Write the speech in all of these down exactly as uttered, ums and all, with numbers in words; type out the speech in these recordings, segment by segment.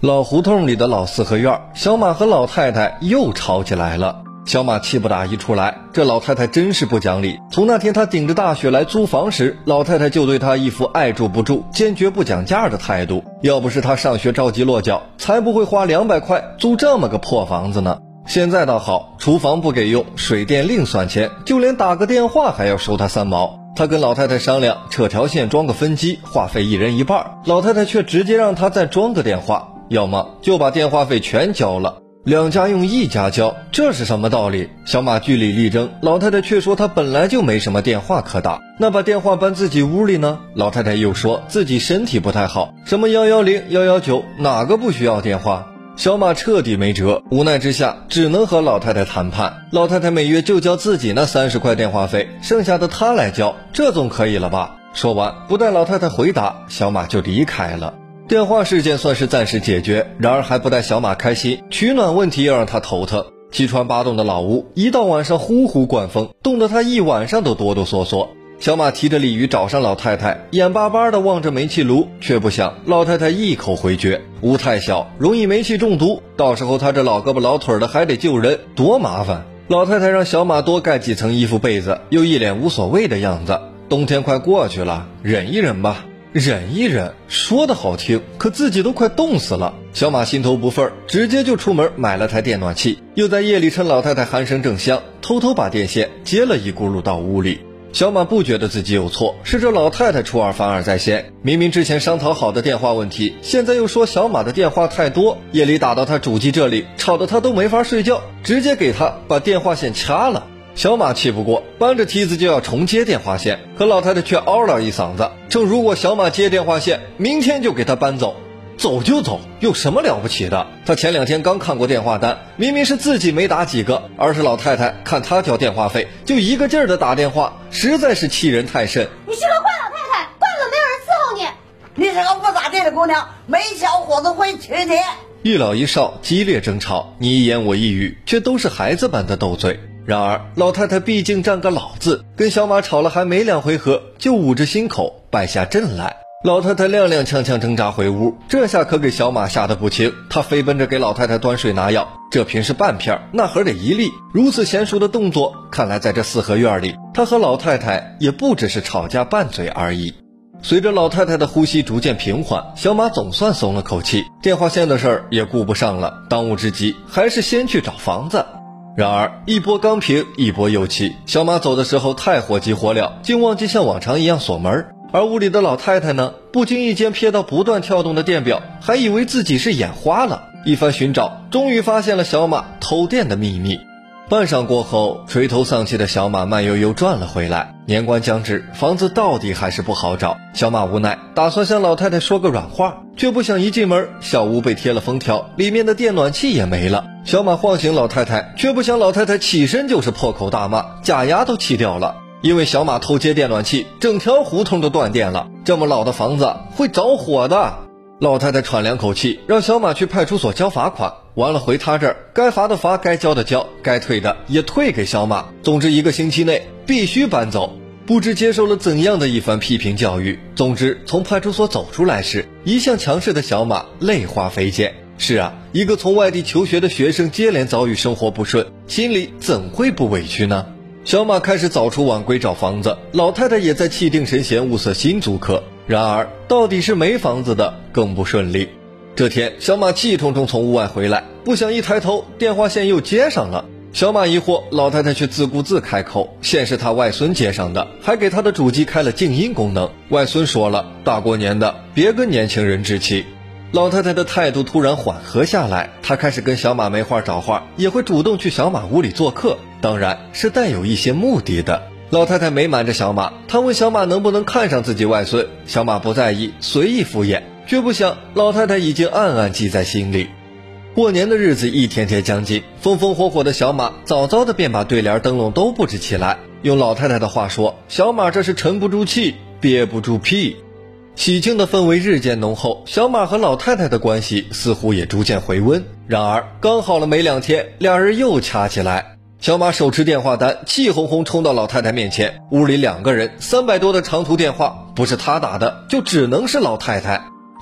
老胡同里的老四合院，小马和老太太又吵起来了。小马气不打一处来，这老太太真是不讲理。从那天他顶着大雪来租房时，老太太就对他一副爱住不住、坚决不讲价的态度。要不是他上学着急落脚，才不会花两百块租这么个破房子呢。现在倒好，厨房不给用，水电另算钱，就连打个电话还要收他三毛。他跟老太太商量扯条线装个分机，话费一人一半，老太太却直接让他再装个电话，要么就把电话费全交了。两家用一家交，这是什么道理？小马据理力争，老太太却说她本来就没什么电话可打，那把电话搬自己屋里呢？老太太又说自己身体不太好，什么一一零、一一九哪个不需要电话？小马彻底没辙，无奈之下只能和老太太谈判。老太太每月就交自己那三十块电话费，剩下的她来交，这总可以了吧？说完不待老太太回答，小马就离开了。电话事件算是暂时解决，然而还不带小马开心，取暖问题又让他头疼。七穿八冻的老屋，一到晚上呼呼灌风，冻得他一晚上都哆哆嗦嗦。小马提着鲤鱼找上老太太，眼巴巴地望着煤气炉，却不想老太太一口回绝，屋太小，容易煤气中毒，到时候他这老胳膊老腿的还得救人，多麻烦。老太太让小马多盖几层衣服被子，又一脸无所谓的样子。冬天快过去了，忍一忍吧。忍一忍，说的好听，可自己都快冻死了。小马心头不忿，直接就出门买了台电暖气，又在夜里趁老太太鼾声正香，偷偷把电线接了一轱辘到屋里。小马不觉得自己有错，是这老太太出尔反尔在先。明明之前商讨好的电话问题，现在又说小马的电话太多，夜里打到他主机这里，吵得他都没法睡觉，直接给他把电话线掐了。小马气不过，搬着梯子就要重接电话线，可老太太却嗷了一嗓子，称如果小马接电话线，明天就给他搬走。走就走，有什么了不起的？他前两天刚看过电话单，明明是自己没打几个，而是老太太看他交电话费，就一个劲儿的打电话，实在是气人太甚。 你是个坏老太太，怪不得没有人伺候你。 你是个不咋地的姑娘，没小伙子会娶你。 一老一少激烈争吵，你一言我一语，却都是孩子般的斗嘴。然而老太太毕竟占个老字，跟小马吵了还没两回合，就捂着心口败下阵来。老太太踉踉跄跄挣扎回屋，这下可给小马吓得不轻，他飞奔着给老太太端水拿药，这瓶是半片，那盒得一粒。如此娴熟的动作，看来在这四合院里，他和老太太也不只是吵架拌嘴而已。随着老太太的呼吸逐渐平缓，小马总算松了口气，电话线的事儿也顾不上了，当务之急还是先去找房子。然而一波刚平一波又起，小马走的时候太火急火燎，竟忘记像往常一样锁门。而屋里的老太太呢，不经意间瞥到不断跳动的电表，还以为自己是眼花了。一番寻找，终于发现了小马偷电的秘密。半晌过后，垂头丧气的小马慢悠悠转了回来。年关将至，房子到底还是不好找。小马无奈，打算向老太太说个软话，却不想一进门，小屋被贴了封条，里面的电暖气也没了。小马晃醒老太太，却不想老太太起身就是破口大骂，假牙都气掉了。因为小马偷接电暖气，整条胡同都断电了，这么老的房子会着火的。老太太喘两口气，让小马去派出所交罚款，完了回他这儿，该罚的罚，该交的交，该退的也退给小马。总之一个星期内必须搬走。不知接受了怎样的一番批评教育，总之从派出所走出来时，一向强势的小马泪花飞溅。是啊，一个从外地求学的学生接连遭遇生活不顺，心里怎会不委屈呢？小马开始早出晚归找房子，老太太也在气定神闲物色新租客。然而到底是没房子的更不顺利。这天小马气冲冲从屋外回来，不想一抬头，电话线又接上了。小马疑惑，老太太却自顾自开口，线是他外孙接上的，还给他的主机开了静音功能。外孙说了，大过年的别跟年轻人置气。老太太的态度突然缓和下来，她开始跟小马没话找话，也会主动去小马屋里做客，当然是带有一些目的的。老太太没瞒着小马，她问小马能不能看上自己外孙，小马不在意，随意敷衍，却不想老太太已经暗暗记在心里。过年的日子一天天将近，风风火火的小马早早的便把对联灯笼都布置起来。用老太太的话说，小马这是沉不住气，憋不住屁。喜庆的氛围日渐浓厚，小马和老太太的关系似乎也逐渐回温。然而刚好了没两天，俩人又掐起来。小马手持电话单，气哄哄冲到老太太面前，屋里两个人，三百多的长途电话，不是他打的，就只能是老太太。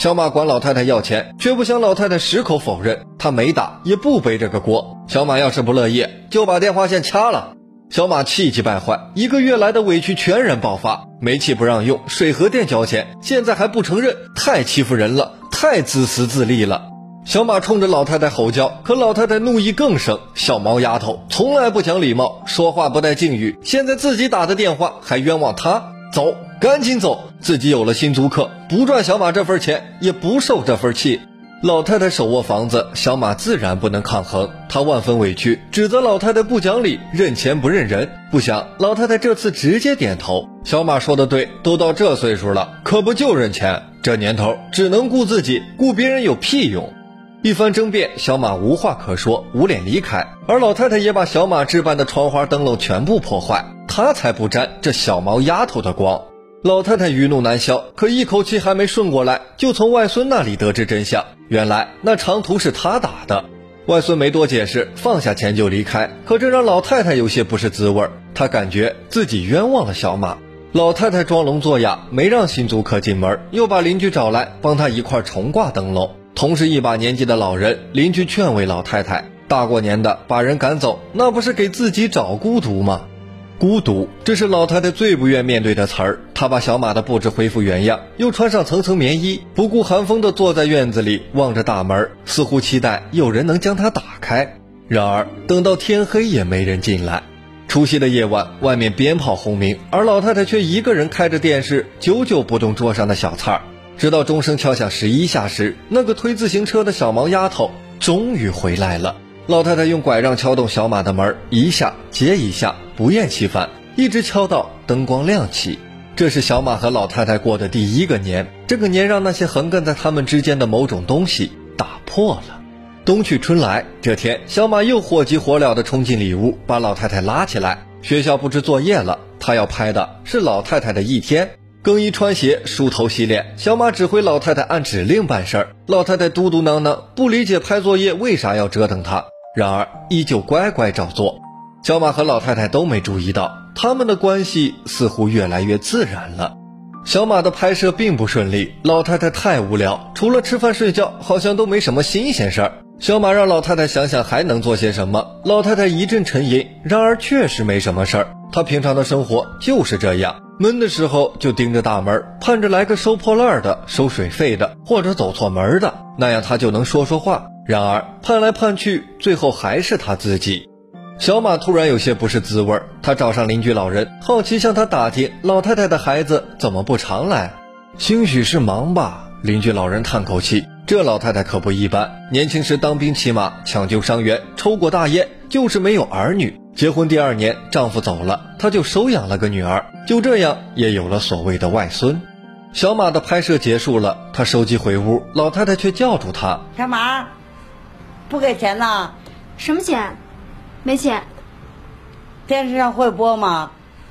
小马管老太太要钱，却不想老太太矢口否认，她没打也不背这个锅。小马要是不乐意，就把电话线掐了。小马气急败坏，一个月来的委屈全然爆发，煤气不让用，水和电交钱，现在还不承认，太欺负人了，太自私自利了。小马冲着老太太吼叫，可老太太怒意更盛，小毛丫头从来不讲礼貌，说话不带敬语，现在自己打的电话还冤枉她，走，赶紧走，自己有了新租客，不赚小马这份钱，也不受这份气。老太太手握房子，小马自然不能抗衡，他万分委屈，指责老太太不讲理，认钱不认人。不想老太太这次直接点头，小马说的对，都到这岁数了，可不就认钱？这年头只能顾自己，顾别人有屁用？一番争辩，小马无话可说，捂脸离开，而老太太也把小马置办的窗花灯笼全部破坏，她才不沾这小毛丫头的光。老太太余怒难消，可一口气还没顺过来，就从外孙那里得知真相，原来那长途是他打的。外孙没多解释，放下钱就离开，可这让老太太有些不是滋味，她感觉自己冤枉了小马。老太太装聋作哑，没让新租客进门，又把邻居找来帮她一块重挂灯笼。同是一把年纪的老人，邻居劝慰老太太，大过年的把人赶走，那不是给自己找孤独吗？孤独，这是老太太最不愿面对的词儿。她把小马的布置恢复原样，又穿上层层棉衣，不顾寒风地坐在院子里，望着大门，似乎期待有人能将它打开。然而等到天黑也没人进来。除夕的夜晚，外面鞭炮轰鸣，而老太太却一个人开着电视，久久不动桌上的小菜儿。直到钟声敲响十一下时，那个推自行车的小毛丫头终于回来了。老太太用拐杖敲动小马的门，一下接一下，不厌其烦，一直敲到灯光亮起。这是小马和老太太过的第一个年，这个年让那些横亘在他们之间的某种东西打破了。冬去春来，这天小马又火急火燎地冲进里屋，把老太太拉起来。学校布置作业了，他要拍的是老太太的一天。更衣穿鞋，梳头洗脸，小马指挥老太太按指令办事儿。老太太嘟嘟囔囔，不理解拍作业为啥要折腾她，然而依旧乖乖照做。小马和老太太都没注意到，他们的关系似乎越来越自然了。小马的拍摄并不顺利，老太太太无聊，除了吃饭睡觉，好像都没什么新鲜事儿。小马让老太太想想还能做些什么，老太太一阵沉吟，然而确实没什么事儿。她平常的生活就是这样，闷的时候就盯着大门，盼着来个收破烂的、收水费的，或者走错门的，那样她就能说说话。然而盼来盼去，最后还是她自己。小马突然有些不是滋味，他找上邻居老人，好奇向他打听老太太的孩子怎么不常来。兴许是忙吧，邻居老人叹口气，这老太太可不一般，年轻时当兵骑马，抢救伤员，抽过大烟，就是没有儿女。结婚第二年丈夫走了，她就收养了个女儿，就这样也有了所谓的外孙。小马的拍摄结束了，他收机回屋，老太太却叫住他， 干嘛？不给钱呢？ 什么钱？没钱。 电视上会播吗？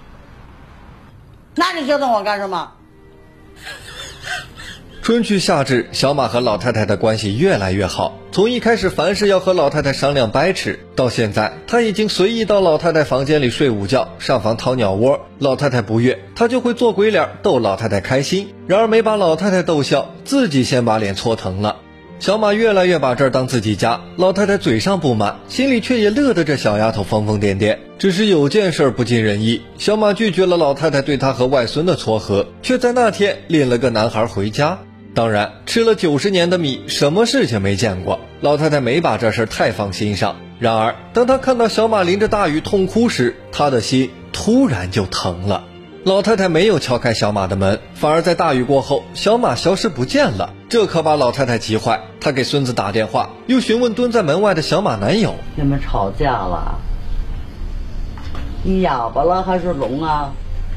那你折腾我干什么？ 春去夏至，小马和老太太的关系越来越好。从一开始凡事要和老太太商量掰扯，到现在他已经随意到老太太房间里睡午觉，上房掏鸟窝。老太太不悦，他就会做鬼脸逗老太太开心。然而没把老太太逗笑，自己先把脸搓疼了。小马越来越把这儿当自己家，老太太嘴上不满，心里却也乐得这小丫头疯疯癫癫。只是有件事不尽人意，小马拒绝了老太太对他和外孙的撮合，却在那天领了个男孩回家。当然吃了九十年的米，什么事情没见过，老太太没把这事太放心上。然而当她看到小马淋着大雨痛哭时，她的心突然就疼了。老太太没有敲开小马的门，反而在大雨过后，小马消失不见了，这可把老太太急坏。她给孙子打电话，又询问蹲在门外的小马男友， 你们吵架了？你哑巴了还是聋啊？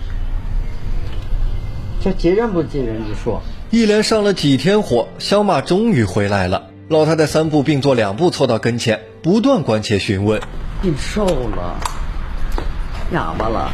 这急人不急人？你说。 一连上了几天火，小马终于回来了。老太太三步并作两步凑到跟前，不断关切询问， 你瘦了，哑巴了，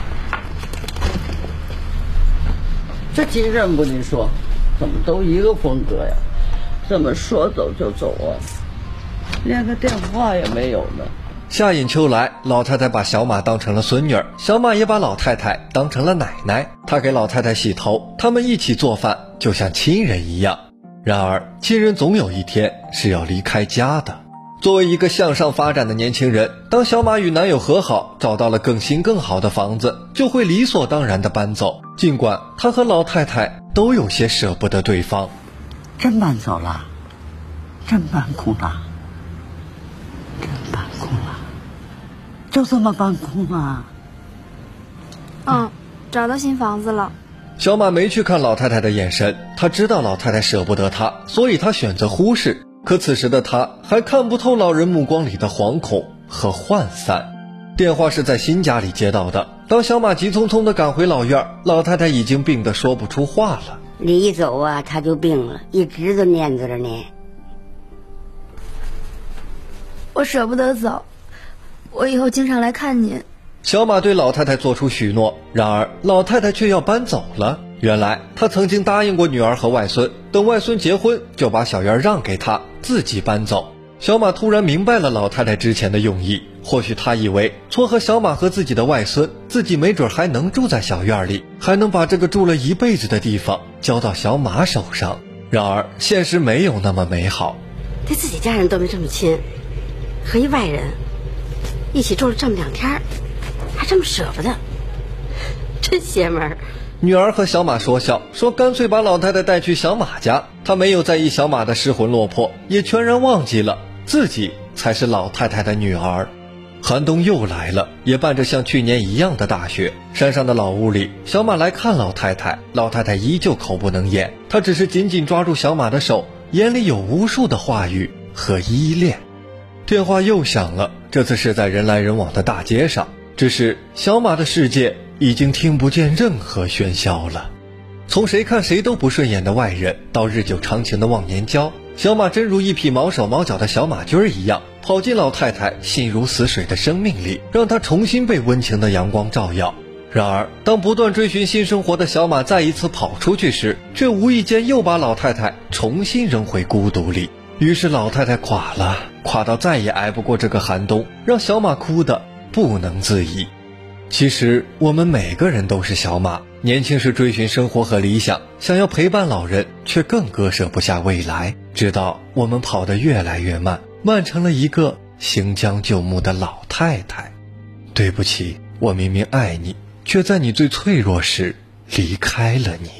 这急人不？你说怎么都一个风格呀？怎么说走就走啊？连个电话也没有呢。 夏饮秋来，老太太把小马当成了孙女儿，小马也把老太太当成了奶奶。她给老太太洗头，他们一起做饭，就像亲人一样。 然而亲人总有一天是要离开家的。作为一个向上发展的年轻人，当小马与男友和好，找到了更新更好的房子，就会理所当然地搬走，尽管他和老太太都有些舍不得对方。 真搬走了？真搬空了？真搬空了？就这么搬空了？ 嗯，找到新房子了。 小马没去看老太太的眼神，他知道老太太舍不得他，所以他选择忽视。可此时的他还看不透老人目光里的惶恐和涣散。电话是在新家里接到的，当小马急匆匆地赶回老院，老太太已经病得说不出话了。 你一走啊，他就病了，一直都念着呢。 我舍不得走，我以后经常来看您。 小马对老太太做出许诺，然而老太太却要搬走了。原来她曾经答应过女儿和外孙，等外孙结婚就把小院让给她，自己搬走。小马突然明白了老太太之前的用意，或许她以为撮合小马和自己的外孙，自己没准还能住在小院里，还能把这个住了一辈子的地方交到小马手上。然而现实没有那么美好， 对自己家人都没这么亲，和一外人一起住了这么两天，还这么舍不得，真邪门儿。 女儿和小马说笑，说干脆把老太太带去小马家。她没有在意小马的失魂落魄，也全然忘记了自己才是老太太的女儿。寒冬又来了，也伴着像去年一样的大雪。山上的老屋里，小马来看老太太，老太太依旧口不能言，她只是紧紧抓住小马的手，眼里有无数的话语和依恋。电话又响了，这次是在人来人往的大街上，只是小马的世界已经听不见任何喧嚣了。从谁看谁都不顺眼的外人，到日久长情的忘年交，小马真如一匹毛手毛脚的小马驹儿一样，跑进老太太心如死水的生命里，让她重新被温情的阳光照耀。然而当不断追寻新生活的小马再一次跑出去时，却无意间又把老太太重新扔回孤独里。于是老太太垮了，垮到再也挨不过这个寒冬，让小马哭得不能自已。其实我们每个人都是小马，年轻时追寻生活和理想，想要陪伴老人，却更割舍不下未来，直到我们跑得越来越慢，慢成了一个行将就木的老太太。对不起，我明明爱你，却在你最脆弱时离开了你。